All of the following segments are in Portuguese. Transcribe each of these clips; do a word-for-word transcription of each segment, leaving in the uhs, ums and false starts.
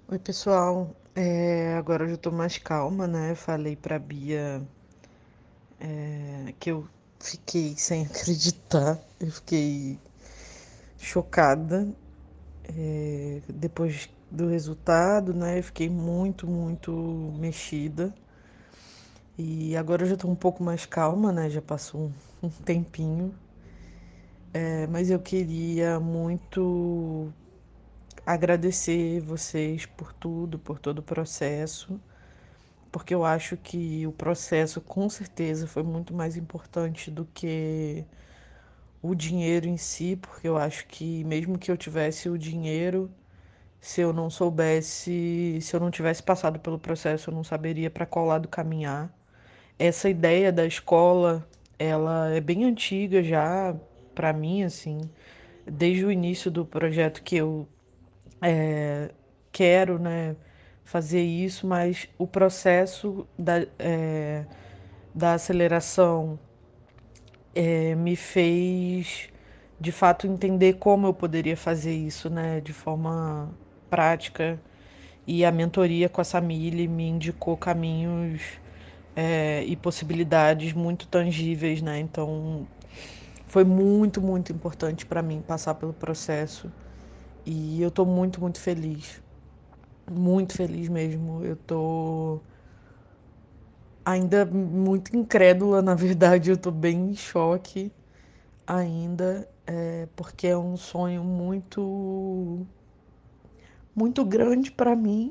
Oi, pessoal. É, agora eu já tô mais calma, né? Eu falei pra Bia, é, que eu fiquei sem acreditar. Eu fiquei chocada, é, depois do resultado, né? Eu fiquei muito, muito mexida. E agora eu já tô um pouco mais calma, né? Já passou um, um tempinho. É, mas eu queria muito agradecer vocês por tudo, por todo o processo. Porque eu acho que o processo com certeza foi muito mais importante do que o dinheiro em si, porque eu acho que mesmo que eu tivesse o dinheiro, se eu não soubesse, se eu não tivesse passado pelo processo, eu não saberia para qual lado caminhar. Essa ideia da escola, ela é bem antiga já para mim, assim, desde o início do projeto que eu é, quero, né, fazer isso, mas o processo da, é, da aceleração é, me fez de fato entender como eu poderia fazer isso, né, de forma prática. E a mentoria com a Samile me indicou caminhos é, e possibilidades muito tangíveis, né? Então foi muito, muito importante para mim passar pelo processo. E eu tô muito, muito feliz. Muito feliz mesmo. Eu tô ainda muito incrédula, na verdade, eu tô bem em choque ainda, é, porque é um sonho muito, muito grande para mim.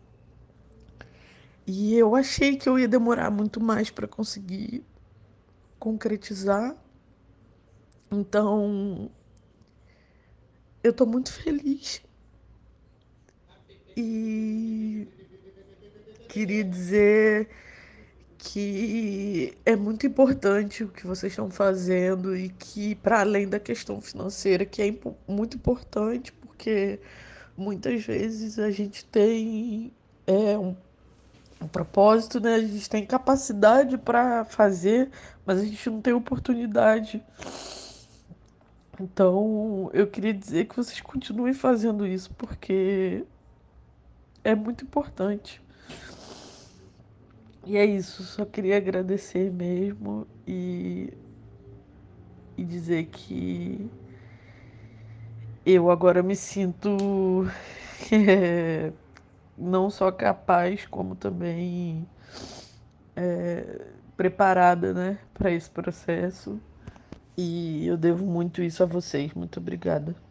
E eu achei que eu ia demorar muito mais para conseguir concretizar. Então, eu tô muito feliz e queria dizer que é muito importante o que vocês estão fazendo e que, para além da questão financeira, que é impo- muito importante, porque muitas vezes a gente tem é, um, um propósito, né? A gente tem capacidade para fazer, mas a gente não tem oportunidade. Então, eu queria dizer que vocês continuem fazendo isso, porque é muito importante. E é isso, só queria agradecer mesmo e, e dizer que eu agora me sinto é, não só capaz, como também preparada, né, para esse processo. E eu devo muito isso a vocês. Muito obrigada.